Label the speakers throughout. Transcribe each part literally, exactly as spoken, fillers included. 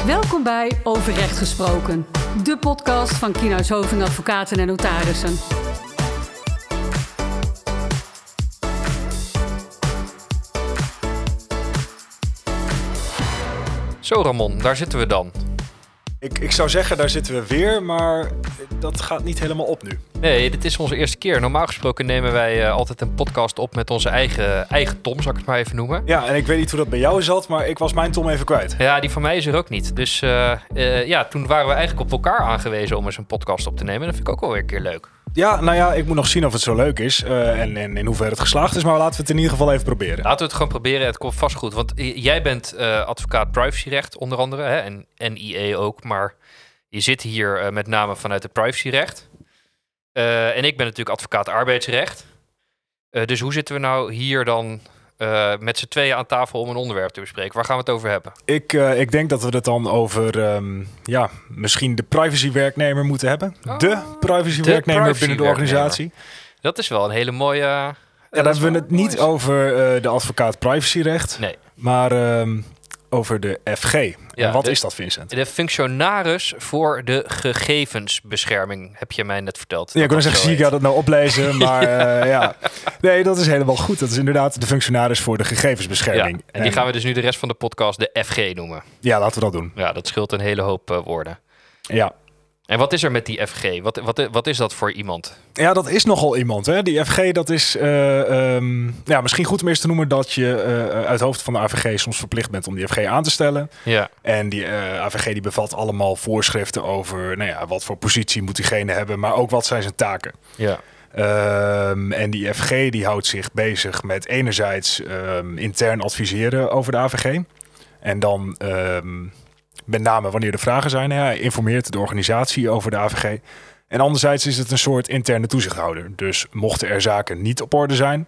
Speaker 1: Welkom bij Over Recht Gesproken, de podcast van Kienhuis Hoving Advocaten en Notarissen.
Speaker 2: Zo Ramon, daar zitten we dan.
Speaker 3: Ik, ik zou zeggen, daar zitten we weer, maar dat gaat niet helemaal op nu.
Speaker 2: Nee, dit is onze eerste keer. Normaal gesproken nemen wij uh, altijd een podcast op met onze eigen, eigen Tom, zal ik het maar even noemen.
Speaker 3: Ja, en ik weet niet hoe dat bij jou zat, maar ik was mijn Tom even kwijt.
Speaker 2: Ja, die van mij is er ook niet. Dus uh, uh, ja, toen waren we eigenlijk op elkaar aangewezen om eens een podcast op te nemen. Dat vind ik ook wel weer een keer leuk.
Speaker 3: Ja, nou ja, ik moet nog zien of het zo leuk is uh, en, en in hoeverre het geslaagd is, maar laten we het in ieder geval even proberen.
Speaker 2: Laten we het gewoon proberen, het komt vast goed. Want jij bent uh, advocaat privacyrecht onder andere, hè, en N I E ook, maar je zit hier uh, met name vanuit het privacyrecht. Uh, en ik ben natuurlijk advocaat arbeidsrecht. Uh, dus hoe zitten we nou hier dan uh, met z'n tweeën aan tafel om een onderwerp te bespreken? Waar gaan we het over hebben?
Speaker 3: Ik, uh, ik denk dat we het dan over um, ja, misschien de privacywerknemer moeten hebben. Oh, de privacywerknemer privacy binnen de organisatie.
Speaker 2: Dat is wel een hele mooie... Uh,
Speaker 3: ja, dan hebben we het niet mooie. over uh, de advocaat privacyrecht.
Speaker 2: Nee.
Speaker 3: Maar um, over de F G. Ja, en wat
Speaker 2: de,
Speaker 3: is dat, Vincent?
Speaker 2: De functionaris voor de gegevensbescherming, heb je mij net verteld.
Speaker 3: Ja, ik wil zeggen, zie ik jou dat nou oplezen, maar uh, ja. Nee, dat is helemaal goed. Dat is inderdaad de functionaris voor de gegevensbescherming.
Speaker 2: Ja, en die en... gaan we dus nu de rest van de podcast de F G noemen.
Speaker 3: Ja, laten we dat doen.
Speaker 2: Ja, dat scheelt een hele hoop uh, woorden.
Speaker 3: Ja.
Speaker 2: En wat is er met die F G? Wat, wat, wat is dat voor iemand?
Speaker 3: Ja, dat is nogal iemand. Hè? Die F G, dat is uh, um, ja, misschien goed om eerst te noemen dat je uh, uit hoofd van de A V G soms verplicht bent om die F G aan te stellen.
Speaker 2: Ja.
Speaker 3: En die uh, A V G die bevat allemaal voorschriften over nou ja, wat voor positie moet diegene hebben, maar ook wat zijn zijn taken.
Speaker 2: Ja.
Speaker 3: Um, en die F G die houdt zich bezig met enerzijds um, intern adviseren over de A V G. En dan... Um, Met name wanneer er vragen zijn. Hij informeert de organisatie over de A V G. En anderzijds is het een soort interne toezichthouder. Dus mochten er zaken niet op orde zijn...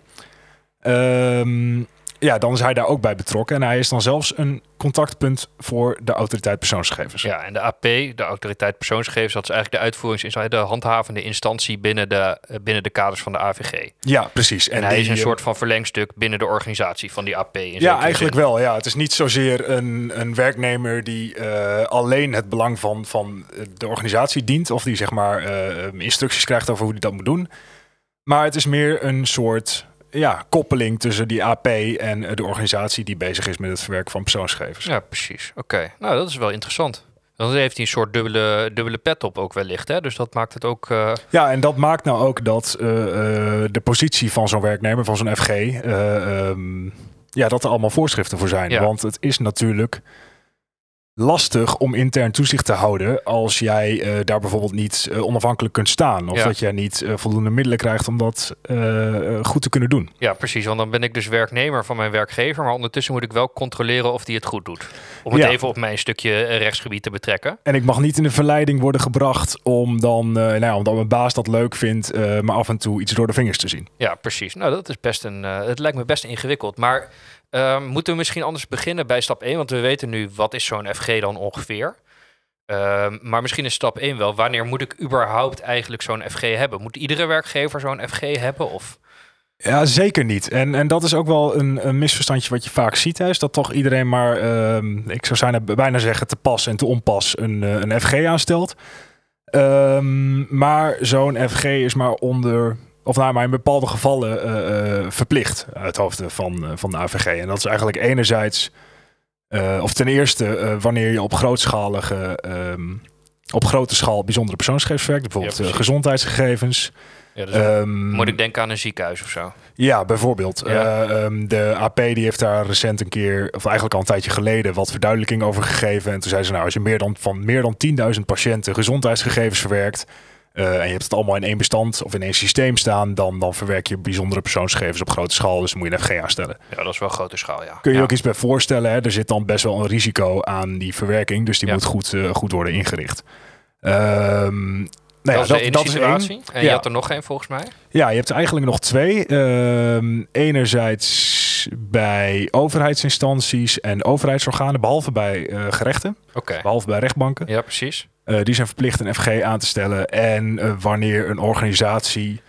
Speaker 3: Um, ja, dan is hij daar ook bij betrokken. En hij is dan zelfs een contactpunt voor de autoriteit persoonsgegevens.
Speaker 2: Ja, en de A P, de autoriteit persoonsgegevens... dat is eigenlijk de uitvoeringsinstantie, de handhavende instantie... binnen de, binnen de kaders van de A V G.
Speaker 3: Ja, precies.
Speaker 2: En, en hij die, is een soort van verlengstuk binnen de organisatie van die A P. In
Speaker 3: ja, eigenlijk zin. wel. Ja. Het is niet zozeer een, een werknemer die uh, alleen het belang van, van de organisatie dient... of die zeg maar uh, instructies krijgt over hoe hij dat moet doen. Maar het is meer een soort... Ja, koppeling tussen die A P en de organisatie die bezig is met het verwerken van persoonsgegevens.
Speaker 2: Ja, precies. Oké. Okay. Nou, dat is wel interessant. Dan heeft hij een soort dubbele, dubbele pet op ook wellicht, hè? Dus dat maakt het ook... Uh...
Speaker 3: Ja, en dat maakt nou ook dat uh, uh, de positie van zo'n werknemer, van zo'n F G... Uh, um, ja, dat er allemaal voorschriften voor zijn. Ja. Want het is natuurlijk... lastig om intern toezicht te houden als jij uh, daar bijvoorbeeld niet uh, onafhankelijk kunt staan. Of ja. dat jij niet uh, voldoende middelen krijgt om dat uh, goed te kunnen doen.
Speaker 2: Ja, precies. Want dan ben ik dus werknemer van mijn werkgever. Maar ondertussen moet ik wel controleren of die het goed doet. Om het ja. even op mijn stukje rechtsgebied te betrekken.
Speaker 3: En ik mag niet in de verleiding worden gebracht om dan, uh, nou ja, omdat mijn baas dat leuk vindt, uh, maar af en toe iets door de vingers te zien.
Speaker 2: Ja, precies. Nou, dat is best een. Uh, het lijkt me best ingewikkeld. Maar Uh, moeten we misschien anders beginnen bij stap één? Want we weten nu, wat is zo'n F G dan ongeveer? Uh, maar misschien is stap één wel, wanneer moet ik überhaupt eigenlijk zo'n F G hebben? Moet iedere werkgever zo'n F G hebben? Of?
Speaker 3: Ja, zeker niet. En, en dat is ook wel een, een misverstandje wat je vaak ziet. Hè, is dat toch iedereen maar, uh, ik zou zijn, bijna zeggen, te pas en te onpas een, een F G aanstelt. Um, maar zo'n F G is maar onder... Of nou, maar in bepaalde gevallen uh, uh, verplicht uit hoofden van, uh, van de A V G. En dat is eigenlijk enerzijds, uh, of ten eerste, uh, wanneer je op grootschalige, um, op grote schaal bijzondere persoonsgegevens werkt, bijvoorbeeld ja, uh, gezondheidsgegevens.
Speaker 2: Ja, dus um, moet ik denken aan een ziekenhuis of zo? Ja,
Speaker 3: bijvoorbeeld. Ja. Uh, um, de A P die heeft daar recent een keer, of eigenlijk al een tijdje geleden, wat verduidelijking over gegeven. En toen zei ze, nou, als je meer dan van meer dan tienduizend patiënten gezondheidsgegevens verwerkt, Uh, en je hebt het allemaal in één bestand of in één systeem staan, dan, dan verwerk je bijzondere persoonsgegevens op grote schaal. Dus dan moet je een F G aanstellen.
Speaker 2: Ja, dat is wel grote schaal, ja.
Speaker 3: Kun je
Speaker 2: ja.
Speaker 3: ook iets bij voorstellen. Hè? Er zit dan best wel een risico aan die verwerking. Dus die ja. moet goed, uh, goed worden ingericht. Um, nou
Speaker 2: dat
Speaker 3: ja,
Speaker 2: is de ene
Speaker 3: dat
Speaker 2: situatie.
Speaker 3: Is
Speaker 2: en
Speaker 3: ja.
Speaker 2: je had er nog één volgens mij.
Speaker 3: Ja, je hebt er eigenlijk nog twee. Um, enerzijds bij overheidsinstanties en overheidsorganen, behalve bij uh, gerechten.
Speaker 2: Okay.
Speaker 3: Behalve bij rechtbanken.
Speaker 2: Ja, precies.
Speaker 3: Uh, die zijn verplicht een F G aan te stellen. En uh, wanneer een organisatie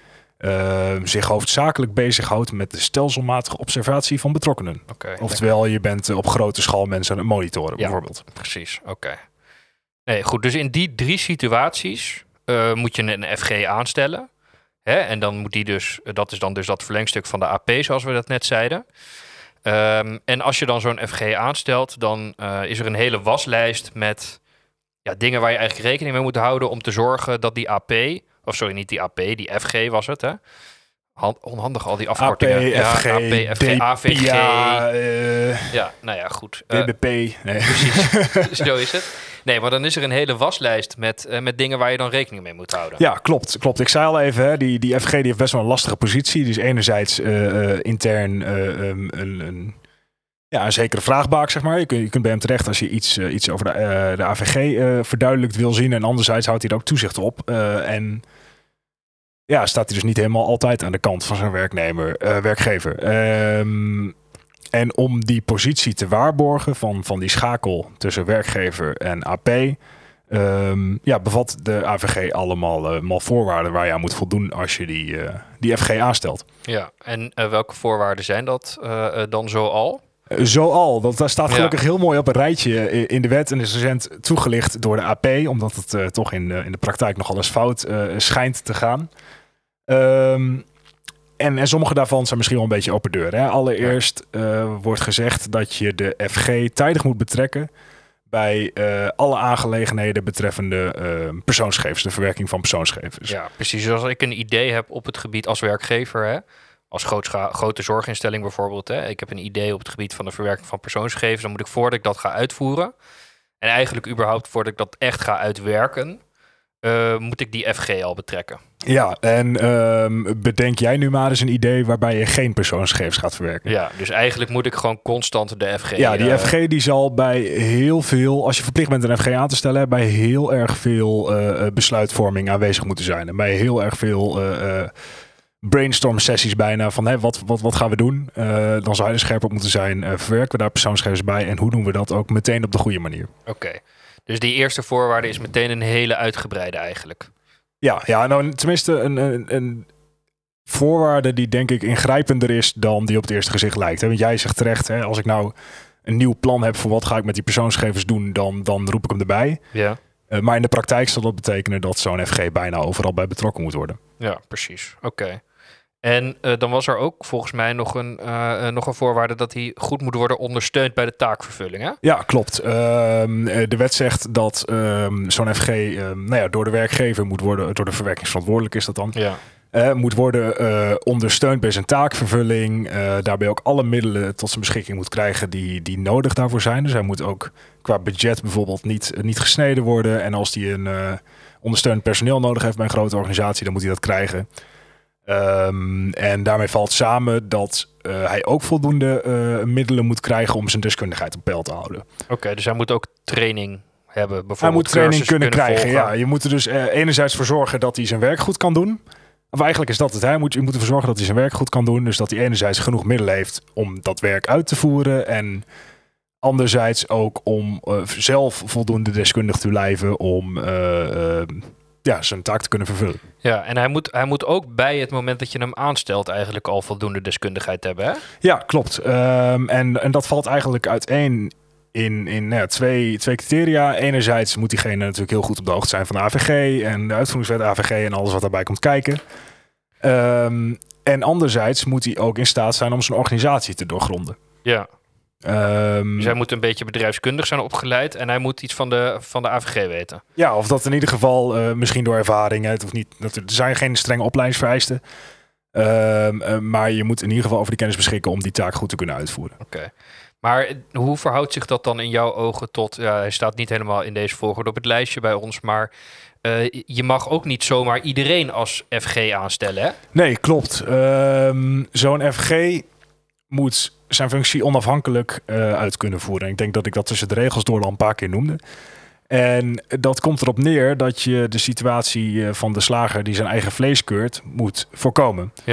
Speaker 3: uh, zich hoofdzakelijk bezighoudt met de stelselmatige observatie van betrokkenen.
Speaker 2: Okay,
Speaker 3: Oftewel, lekker. Je bent uh, op grote schaal mensen aan het monitoren,
Speaker 2: ja,
Speaker 3: bijvoorbeeld.
Speaker 2: Precies, oké. Okay. Nee, goed. Dus in die drie situaties uh, moet je een F G aanstellen. Hè? En dan moet die dus, dat is dan dus dat verlengstuk van de A P, zoals we dat net zeiden. Um, en als je dan zo'n F G aanstelt, dan uh, is er een hele waslijst met ja, dingen waar je eigenlijk rekening mee moet houden om te zorgen dat die A P, of sorry, niet die A P, die F G was het, hè? Hand, onhandig al die afkortingen.
Speaker 3: A P,
Speaker 2: ja,
Speaker 3: F G,
Speaker 2: A P, F G, A V G.
Speaker 3: Ja, uh,
Speaker 2: ja, nou ja, goed.
Speaker 3: D B P. Uh,
Speaker 2: nee. Precies, zo is het. Nee, maar dan is er een hele waslijst met, uh, met dingen waar je dan rekening mee moet houden.
Speaker 3: Ja, klopt. klopt. Ik zei al even, hè, die, die F G die heeft best wel een lastige positie. Die is enerzijds uh, uh, intern uh, um, een, een, ja, een zekere vraagbaak, zeg maar. Je kunt, je kunt bij hem terecht als je iets, uh, iets over de, uh, de A V G uh, verduidelijkt wil zien. En anderzijds houdt hij er ook toezicht op. Uh, en ja, staat hij dus niet helemaal altijd aan de kant van zijn werknemer, uh, werkgever. Um, en om die positie te waarborgen van, van die schakel tussen werkgever en A P, um, ja, bevat de A V G allemaal, uh, allemaal voorwaarden waar je aan moet voldoen als je die, uh, die F G aanstelt.
Speaker 2: Ja, en uh, welke voorwaarden zijn dat uh, uh, dan zoal?
Speaker 3: Uh, zoal, dat daar staat gelukkig ja. heel mooi op een rijtje in de wet en is recent toegelicht door de A P, omdat het uh, toch in, uh, in de praktijk nogal eens fout uh, schijnt te gaan. Um, En, en sommige daarvan zijn misschien wel een beetje open deur. Hè? Allereerst uh, wordt gezegd dat je de F G tijdig moet betrekken bij uh, alle aangelegenheden betreffende uh, persoonsgegevens, de verwerking van persoonsgegevens.
Speaker 2: Ja, precies. Dus als ik een idee heb op het gebied als werkgever, hè, als grootscha- grote zorginstelling bijvoorbeeld, hè, ik heb een idee op het gebied van de verwerking van persoonsgegevens, dan moet ik voordat ik dat ga uitvoeren, en eigenlijk überhaupt voordat ik dat echt ga uitwerken, Uh, moet ik die F G al betrekken.
Speaker 3: Ja, en um, bedenk jij nu maar eens een idee waarbij je geen persoonsgegevens gaat verwerken.
Speaker 2: Ja, dus eigenlijk moet ik gewoon constant de F G...
Speaker 3: Ja, die
Speaker 2: uh,
Speaker 3: F G die zal bij heel veel, als je verplicht bent een F G aan te stellen, bij heel erg veel uh, besluitvorming aanwezig moeten zijn. En bij heel erg veel uh, uh, brainstorm sessies bijna van hey, wat, wat, wat gaan we doen? Uh, dan zou je er scherp op moeten zijn. Uh, verwerken we daar persoonsgegevens bij en hoe doen we dat ook meteen op de goede manier?
Speaker 2: Oké. Okay. Dus die eerste voorwaarde is meteen een hele uitgebreide eigenlijk.
Speaker 3: Ja, ja nou, tenminste een, een, een voorwaarde die denk ik ingrijpender is dan die op het eerste gezicht lijkt. Hè? Want jij zegt terecht, hè, als ik nou een nieuw plan heb voor wat ga ik met die persoonsgegevens doen, dan, dan roep ik hem erbij.
Speaker 2: Ja.
Speaker 3: Uh, maar in de praktijk zal dat betekenen dat zo'n F G bijna overal bij betrokken moet worden.
Speaker 2: Ja, precies. Oké. Okay. En uh, dan was er ook volgens mij nog een, uh, uh, nog een voorwaarde dat hij goed moet worden ondersteund bij de taakvervulling, hè?
Speaker 3: Ja, klopt. Uh, de wet zegt dat uh, zo'n F G uh, nou ja, door de werkgever moet worden, door de verwerkingsverantwoordelijk is dat dan,
Speaker 2: ja.
Speaker 3: uh, moet worden uh, ondersteund bij zijn taakvervulling. Uh, daarbij ook alle middelen tot zijn beschikking moet krijgen die, die nodig daarvoor zijn. Dus hij moet ook qua budget bijvoorbeeld niet, uh, niet gesneden worden. En als hij een uh, ondersteunend personeel nodig heeft bij een grote organisatie, dan moet hij dat krijgen. Um, en daarmee valt samen dat uh, hij ook voldoende uh, middelen moet krijgen om zijn deskundigheid op peil te houden.
Speaker 2: Oké, okay, dus hij moet ook training hebben, bijvoorbeeld.
Speaker 3: Hij moet training kunnen,
Speaker 2: kunnen
Speaker 3: krijgen,
Speaker 2: volgen.
Speaker 3: ja. Je moet er dus uh, enerzijds voor zorgen dat hij zijn werk goed kan doen. Of eigenlijk is dat het. Hij moet, je moet ervoor zorgen dat hij zijn werk goed kan doen. Dus dat hij enerzijds genoeg middelen heeft om dat werk uit te voeren. En anderzijds ook om uh, zelf voldoende deskundig te blijven om Uh, uh, ja, zijn taak te kunnen vervullen.
Speaker 2: Ja, en hij moet, hij moet ook bij het moment dat je hem aanstelt eigenlijk al voldoende deskundigheid hebben, hè?
Speaker 3: Ja, klopt. Um, en, en dat valt eigenlijk uiteen in, in nou ja, twee, twee criteria. Enerzijds moet diegene natuurlijk heel goed op de hoogte zijn van de A V G en de uitvoeringswet A V G en alles wat daarbij komt kijken. Um, en anderzijds moet hij ook in staat zijn om zijn organisatie te doorgronden.
Speaker 2: Ja.
Speaker 3: Um,
Speaker 2: dus hij moet een beetje bedrijfskundig zijn opgeleid en hij moet iets van de, van de A V G weten.
Speaker 3: Ja, of dat in ieder geval uh, misschien door ervaring. Het hoeft niet, dat er zijn geen strenge opleidingsvereisten. Um, uh, maar je moet in ieder geval over die kennis beschikken om die taak goed te kunnen uitvoeren.
Speaker 2: Oké. Okay. Maar hoe verhoudt zich dat dan in jouw ogen tot... Ja, hij staat niet helemaal in deze volgorde op het lijstje bij ons, maar uh, je mag ook niet zomaar iedereen als F G aanstellen, hè?
Speaker 3: Nee, klopt. Um, zo'n F G moet zijn functie onafhankelijk uh, uit kunnen voeren. En ik denk dat ik dat tussen de regels door al een paar keer noemde. En dat komt erop neer dat je de situatie van de slager die zijn eigen vlees keurt moet voorkomen.
Speaker 2: Ja.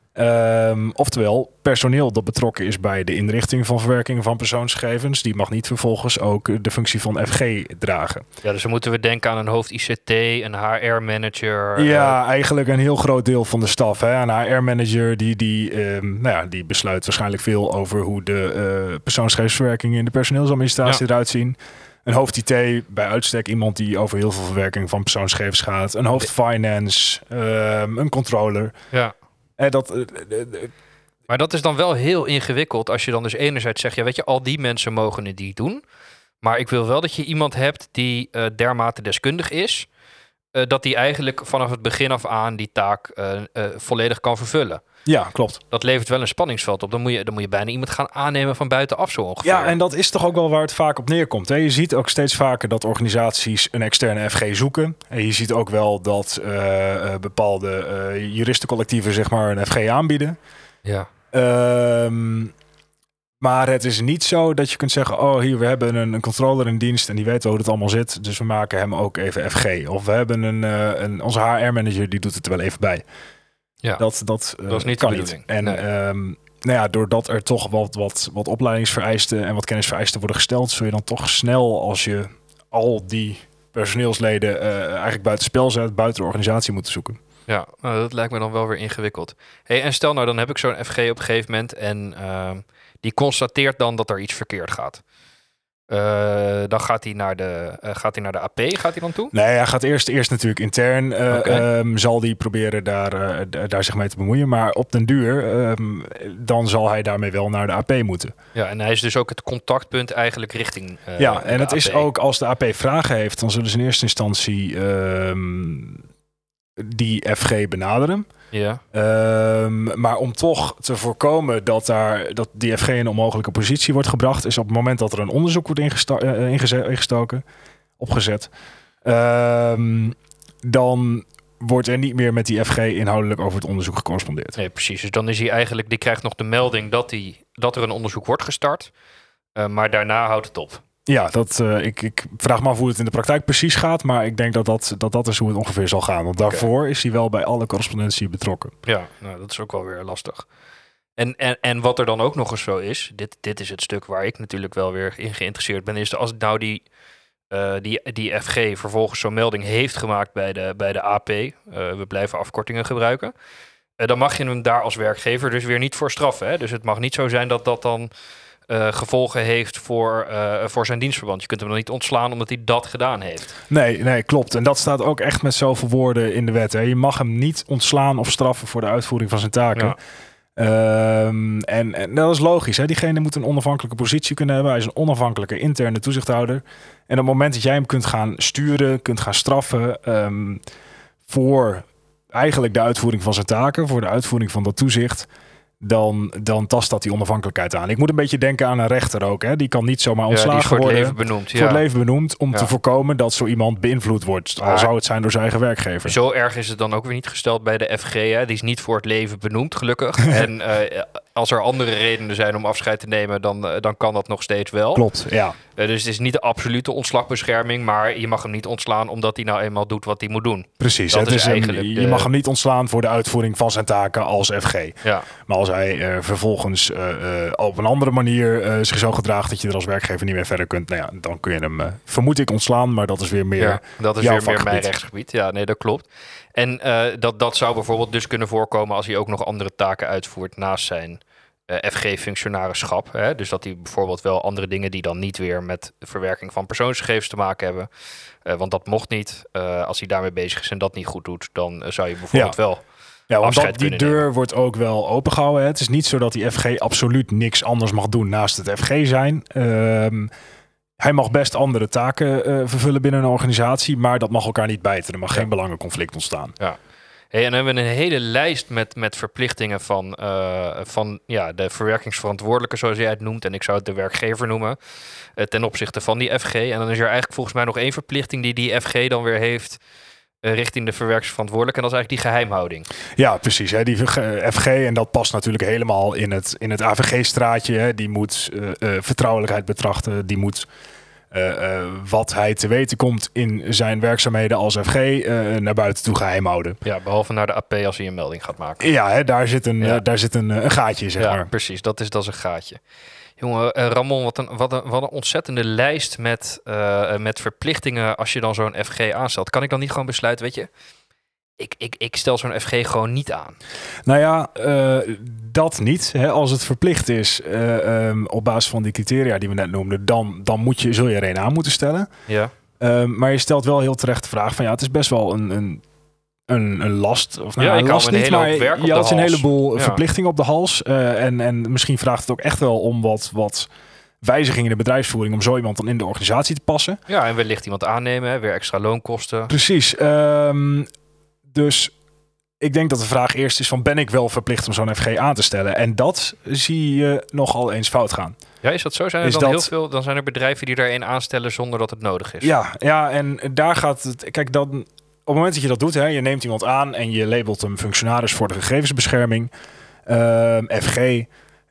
Speaker 3: Um, oftewel, personeel dat betrokken is bij de inrichting van verwerking van persoonsgegevens, die mag niet vervolgens ook de functie van F G dragen.
Speaker 2: Ja, dus dan moeten we denken aan een hoofd I C T, een H R-manager.
Speaker 3: Ja, uh... eigenlijk een heel groot deel van de staf. Hè. Een H R-manager die, die, um, nou ja, die besluit waarschijnlijk veel over hoe de uh, persoonsgegevensverwerking in de personeelsadministratie ja. eruit zien. Een hoofd I T, bij uitstek iemand die over heel veel verwerking van persoonsgegevens gaat. Een hoofd finance, um, een controller.
Speaker 2: Ja.
Speaker 3: En dat, uh, uh, uh,
Speaker 2: maar dat is dan wel heel ingewikkeld als je dan dus enerzijds zegt, ja, weet je, al die mensen mogen het niet doen. Maar ik wil wel dat je iemand hebt die uh, dermate deskundig is, uh, dat die eigenlijk vanaf het begin af aan die taak uh, uh, volledig kan vervullen.
Speaker 3: Ja, klopt.
Speaker 2: Dat levert wel een spanningsveld op. Dan moet je, dan moet je bijna iemand gaan aannemen van buitenaf zo ongeveer.
Speaker 3: Ja, en dat is toch ook wel waar het vaak op neerkomt. Hè? Je ziet ook steeds vaker dat organisaties een externe F G zoeken. En je ziet ook wel dat uh, uh, bepaalde uh, juristencollectieven zeg maar een F G aanbieden.
Speaker 2: Ja.
Speaker 3: Um, maar het is niet zo dat je kunt zeggen, oh hier, we hebben een, een controller in dienst en die weet hoe het allemaal zit. Dus we maken hem ook even F G. Of we hebben een, uh, een onze H R-manager, die doet het er wel even bij.
Speaker 2: Ja,
Speaker 3: dat, dat, uh,
Speaker 2: dat is niet
Speaker 3: kan
Speaker 2: de
Speaker 3: niet. En
Speaker 2: nee.
Speaker 3: um, nou ja, doordat er toch wat, wat, wat opleidingsvereisten en wat kennisvereisten worden gesteld, zul je dan toch snel, als je al die personeelsleden uh, eigenlijk buiten spel zet, buiten de organisatie moeten zoeken.
Speaker 2: Ja, nou, dat lijkt me dan wel weer ingewikkeld. Hey, en stel nou, dan heb ik zo'n F G op een gegeven moment en uh, die constateert dan dat er iets verkeerd gaat. Uh, dan gaat hij naar de uh, gaat hij naar de A P, gaat hij dan toe?
Speaker 3: Nee, hij gaat eerst, eerst natuurlijk intern. Uh,
Speaker 2: okay.
Speaker 3: um, zal hij proberen daar, uh, d- daar zich mee te bemoeien. Maar op den duur, um, dan zal hij daarmee wel naar de A P moeten.
Speaker 2: Ja, en hij is dus ook het contactpunt eigenlijk richting uh,
Speaker 3: ja, en het
Speaker 2: A P.
Speaker 3: is ook als de A P vragen heeft, dan zullen ze in eerste instantie um, die F G benaderen.
Speaker 2: Ja.
Speaker 3: Um, maar om toch te voorkomen dat, daar, dat die F G in een onmogelijke positie wordt gebracht, is op het moment dat er een onderzoek wordt ingesta- uh, ingeze- ingestoken, opgezet, um, dan wordt er niet meer met die F G inhoudelijk over het onderzoek gecorrespondeerd.
Speaker 2: Nee, precies. Dus dan is hij eigenlijk, die krijgt nog de melding dat, die, dat er een onderzoek wordt gestart, uh, maar daarna houdt het op.
Speaker 3: Ja, dat, uh, ik, ik vraag me af hoe het in de praktijk precies gaat, maar ik denk dat dat, dat, dat is hoe het ongeveer zal gaan. Want daarvoor okay. is hij wel bij alle correspondentie betrokken.
Speaker 2: Ja, nou, dat is ook wel weer lastig. En, en, en wat er dan ook nog eens zo is, dit, dit is het stuk waar ik natuurlijk wel weer in geïnteresseerd ben, is dat als nou die, uh, die, die F G vervolgens zo'n melding heeft gemaakt bij de, bij de A P, uh, we blijven afkortingen gebruiken, uh, dan mag je hem daar als werkgever dus weer niet voor straffen. Hè? Dus het mag niet zo zijn dat dat dan Uh, gevolgen heeft voor, uh, voor zijn dienstverband. Je kunt hem dan niet ontslaan omdat hij dat gedaan heeft.
Speaker 3: Nee, nee, klopt. En dat staat ook echt met zoveel woorden in de wet. Hè. Je mag hem niet ontslaan of straffen voor de uitvoering van zijn taken. Ja. Um, en, en dat is logisch. Hè. Diegene moet een onafhankelijke positie kunnen hebben. Hij is een onafhankelijke interne toezichthouder. En op het moment dat jij hem kunt gaan sturen, kunt gaan straffen um, voor eigenlijk de uitvoering van zijn taken, voor de uitvoering van dat toezicht, Dan, dan tast dat die onafhankelijkheid aan. Ik moet een beetje denken aan een rechter ook. Hè? Die kan niet zomaar ontslagen
Speaker 2: ja, die is voor
Speaker 3: worden.
Speaker 2: Het leven benoemd, ja.
Speaker 3: Voor het leven benoemd. Om
Speaker 2: ja.
Speaker 3: te voorkomen dat zo iemand beïnvloed wordt. Al
Speaker 2: maar
Speaker 3: zou het zijn door zijn eigen werkgever.
Speaker 2: Zo erg is het dan ook weer niet gesteld bij de F G. Hè? Die is niet voor het leven benoemd, gelukkig. en uh, als er andere redenen zijn om afscheid te nemen, dan, uh, dan kan dat nog steeds wel.
Speaker 3: Klopt, ja.
Speaker 2: Uh, dus het is niet de absolute ontslagbescherming, maar je mag hem niet ontslaan omdat hij nou eenmaal doet wat hij moet doen.
Speaker 3: Precies.
Speaker 2: Dat
Speaker 3: het
Speaker 2: is
Speaker 3: is
Speaker 2: eigenlijk
Speaker 3: een,
Speaker 2: de...
Speaker 3: Je mag hem niet ontslaan voor de uitvoering van zijn taken als F G.
Speaker 2: Ja.
Speaker 3: Maar als hij uh, vervolgens uh, uh, op een andere manier uh, zich zo gedraagt dat je er als werkgever niet meer verder kunt, nou ja, dan kun je hem, uh, vermoed ik, ontslaan. Maar dat is weer meer
Speaker 2: ja, dat is
Speaker 3: jouw
Speaker 2: weer
Speaker 3: vakgebied.
Speaker 2: meer mijn rechtsgebied. Ja, nee, dat klopt. En uh, dat, dat zou bijvoorbeeld dus kunnen voorkomen als hij ook nog andere taken uitvoert naast zijn uh, F G-functionarischap. Hè? Dus dat hij bijvoorbeeld wel andere dingen die dan niet weer met de verwerking van persoonsgegevens te maken hebben. Uh, want dat mocht niet. Uh, als hij daarmee bezig is en dat niet goed doet, dan uh, zou je bijvoorbeeld
Speaker 3: ja.
Speaker 2: wel
Speaker 3: Ja, want dat, die deur
Speaker 2: nemen.
Speaker 3: wordt ook wel opengehouden. Hè? Het is niet zo dat die F G absoluut niks anders mag doen naast het F G zijn. Um, hij mag best andere taken uh, vervullen binnen een organisatie, maar dat mag elkaar niet bijten. Er mag ja. geen belangenconflict ontstaan.
Speaker 2: Ja. Hey, en dan hebben we een hele lijst met, met verplichtingen van, uh, van ja, de verwerkingsverantwoordelijke, zoals jij het noemt. En ik zou het de werkgever noemen, uh, ten opzichte van die F G. En dan is er eigenlijk volgens mij nog één verplichting die die F G dan weer heeft Uh, richting de verwerkingsverantwoordelijke. En dat is eigenlijk die geheimhouding.
Speaker 3: Ja, precies. Hè. Die F G, en dat past natuurlijk helemaal in het, in het A V G-straatje. Hè. Die moet uh, uh, vertrouwelijkheid betrachten. Die moet uh, uh, wat hij te weten komt in zijn werkzaamheden als F G uh, naar buiten toe geheim houden.
Speaker 2: Ja, behalve naar de A P als hij een melding gaat maken.
Speaker 3: Ja, hè, daar zit een,
Speaker 2: ja.
Speaker 3: uh, daar zit een, een gaatje, zeg
Speaker 2: ja,
Speaker 3: maar.
Speaker 2: Precies, dat is, dat is een gaatje. Jongen, uh, Ramon, wat een, wat, een, wat een ontzettende lijst met, uh, met verplichtingen als je dan zo'n F G aanstelt. Kan ik dan niet gewoon besluiten, weet je, ik, ik, ik stel zo'n F G gewoon niet aan?
Speaker 3: Nou ja, uh, dat niet. Hè. Als het verplicht is uh, um, op basis van die criteria die we net noemden, dan, dan moet je, zul je er een aan moeten stellen.
Speaker 2: Ja.
Speaker 3: Um, maar je stelt wel heel terecht de vraag van ja, het is best wel een... een Een, een last, of nou,
Speaker 2: ja,
Speaker 3: een
Speaker 2: ik
Speaker 3: last
Speaker 2: een
Speaker 3: niet,
Speaker 2: hele
Speaker 3: maar
Speaker 2: hoop werk op
Speaker 3: je had
Speaker 2: de
Speaker 3: een
Speaker 2: hals.
Speaker 3: heleboel
Speaker 2: Ja.
Speaker 3: verplichtingen op de hals. Uh, en, en misschien vraagt het ook echt wel om wat, wat wijzigingen in de bedrijfsvoering om zo iemand dan in de organisatie te passen.
Speaker 2: Ja, en wellicht iemand aannemen, hè, weer extra loonkosten.
Speaker 3: Precies. Um, dus ik denk dat de vraag eerst is van ben ik wel verplicht om zo'n F G aan te stellen? En dat zie je nogal eens fout gaan.
Speaker 2: Ja, is dat zo? Zijn er
Speaker 3: Is
Speaker 2: dan
Speaker 3: dat...
Speaker 2: heel veel? Dan zijn er bedrijven die daar een aanstellen zonder dat het nodig is.
Speaker 3: Ja, ja, en daar gaat het. Kijk, dan op het moment dat je dat doet, hè, je neemt iemand aan en je labelt hem functionaris voor de gegevensbescherming, um, F G,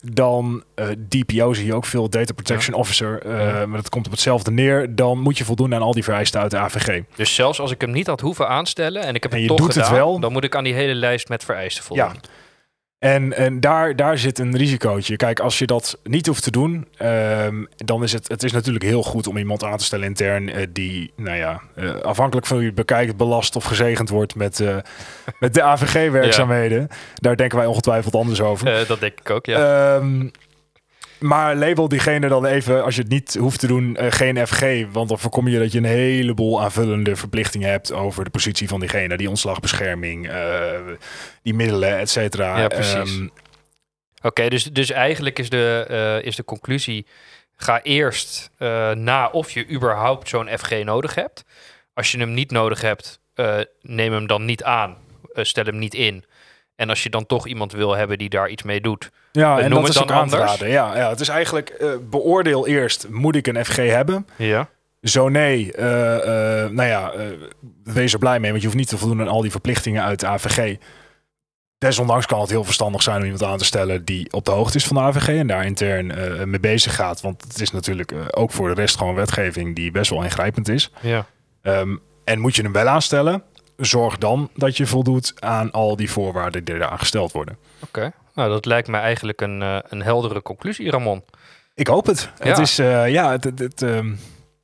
Speaker 3: dan uh, D P O zie je ook veel, Data Protection ja. Officer, uh, ja. maar dat komt op hetzelfde neer. Dan moet je voldoen aan al die vereisten uit de A V G.
Speaker 2: Dus zelfs als ik hem niet had hoeven aanstellen en ik heb
Speaker 3: en
Speaker 2: het
Speaker 3: je
Speaker 2: toch
Speaker 3: doet
Speaker 2: gedaan,
Speaker 3: het wel,
Speaker 2: dan moet ik aan die hele lijst met vereisten voldoen.
Speaker 3: Ja. En, en daar, daar zit een risicootje. Kijk, als je dat niet hoeft te doen, um, dan is het, het is natuurlijk heel goed om iemand aan te stellen intern uh, die, nou ja, uh, afhankelijk van hoe je het bekijkt, belast of gezegend wordt met, uh, met de A V G-werkzaamheden. Ja. Daar denken wij ongetwijfeld anders over.
Speaker 2: Uh, dat denk ik ook, ja.
Speaker 3: Um, maar label diegene dan even, als je het niet hoeft te doen, uh, geen F G. Want dan voorkom je dat je een heleboel aanvullende verplichtingen hebt over de positie van diegene. Die ontslagbescherming, uh, die middelen, et cetera.
Speaker 2: Ja, precies. Um, Oké, okay, dus, dus eigenlijk is de, uh, is de conclusie, ga eerst uh, na of je überhaupt zo'n F G nodig hebt. Als je hem niet nodig hebt, uh, neem hem dan niet aan. Uh, stel hem niet in. En als je dan toch iemand wil hebben die daar iets mee doet,
Speaker 3: ja,
Speaker 2: uh,
Speaker 3: en
Speaker 2: noem
Speaker 3: dat
Speaker 2: het
Speaker 3: is
Speaker 2: dan
Speaker 3: ook
Speaker 2: anders.
Speaker 3: Aan te raden. Ja, ja, het is eigenlijk uh, beoordeel eerst, moet ik een F G hebben?
Speaker 2: Ja.
Speaker 3: Zo nee, uh, uh, nou ja, uh, wees er blij mee, want je hoeft niet te voldoen aan al die verplichtingen uit de A V G. Desondanks kan het heel verstandig zijn om iemand aan te stellen die op de hoogte is van de A V G en daar intern uh, mee bezig gaat. Want het is natuurlijk uh, ook voor de rest gewoon wetgeving die best wel ingrijpend is.
Speaker 2: Ja.
Speaker 3: Um, en moet je hem wel aanstellen, zorg dan dat je voldoet aan al die voorwaarden die eraan gesteld worden.
Speaker 2: Oké, okay. Nou dat lijkt me eigenlijk een, uh, een heldere conclusie, Ramon.
Speaker 3: Ik hoop het. Ja. Het is, uh, ja, het, het, het, um,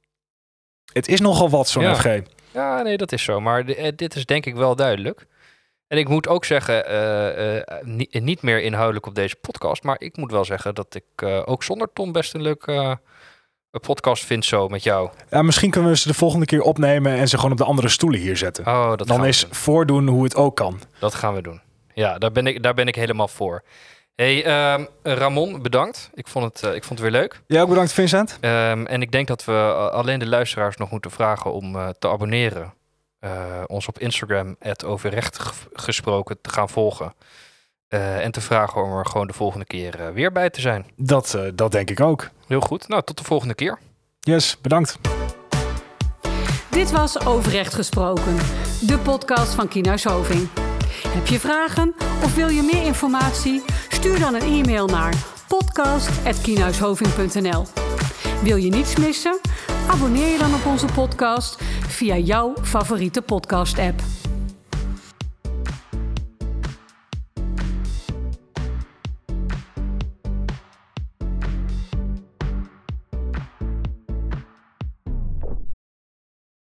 Speaker 3: het is nogal wat, zo'n
Speaker 2: ja.
Speaker 3: F G.
Speaker 2: Ja, nee, dat is zo. Maar d- dit is denk ik wel duidelijk. En ik moet ook zeggen, uh, uh, niet, niet meer inhoudelijk op deze podcast, maar ik moet wel zeggen dat ik uh, ook zonder Tom best een leuke uh, podcast vind zo met jou.
Speaker 3: Ja, misschien kunnen we ze de volgende keer opnemen en ze gewoon op de andere stoelen hier zetten.
Speaker 2: Oh, dat
Speaker 3: Dan is
Speaker 2: doen.
Speaker 3: voordoen hoe het ook kan.
Speaker 2: Dat gaan we doen. Ja, daar ben ik, daar ben ik helemaal voor. Hey, uh, Ramon, bedankt. Ik vond het, uh, ik vond het weer leuk.
Speaker 3: Jij ook bedankt, Vincent.
Speaker 2: Um, en ik denk dat we uh, alleen de luisteraars nog moeten vragen om uh, te abonneren. Uh, ons op Instagram, at overrecht gesproken, te gaan volgen. Uh, en te vragen om er gewoon de volgende keer uh, weer bij te zijn.
Speaker 3: Dat, uh, dat denk ik ook.
Speaker 2: Heel goed. Nou, tot de volgende keer.
Speaker 3: Yes, bedankt.
Speaker 1: Dit was Overrecht Gesproken, de podcast van Kienhuis Hoving. Heb je vragen of wil je meer informatie? Stuur dan een e-mail naar podcast at kienhuishoving punt n l. Wil je niets missen? Abonneer je dan op onze podcast via jouw favoriete podcast-app.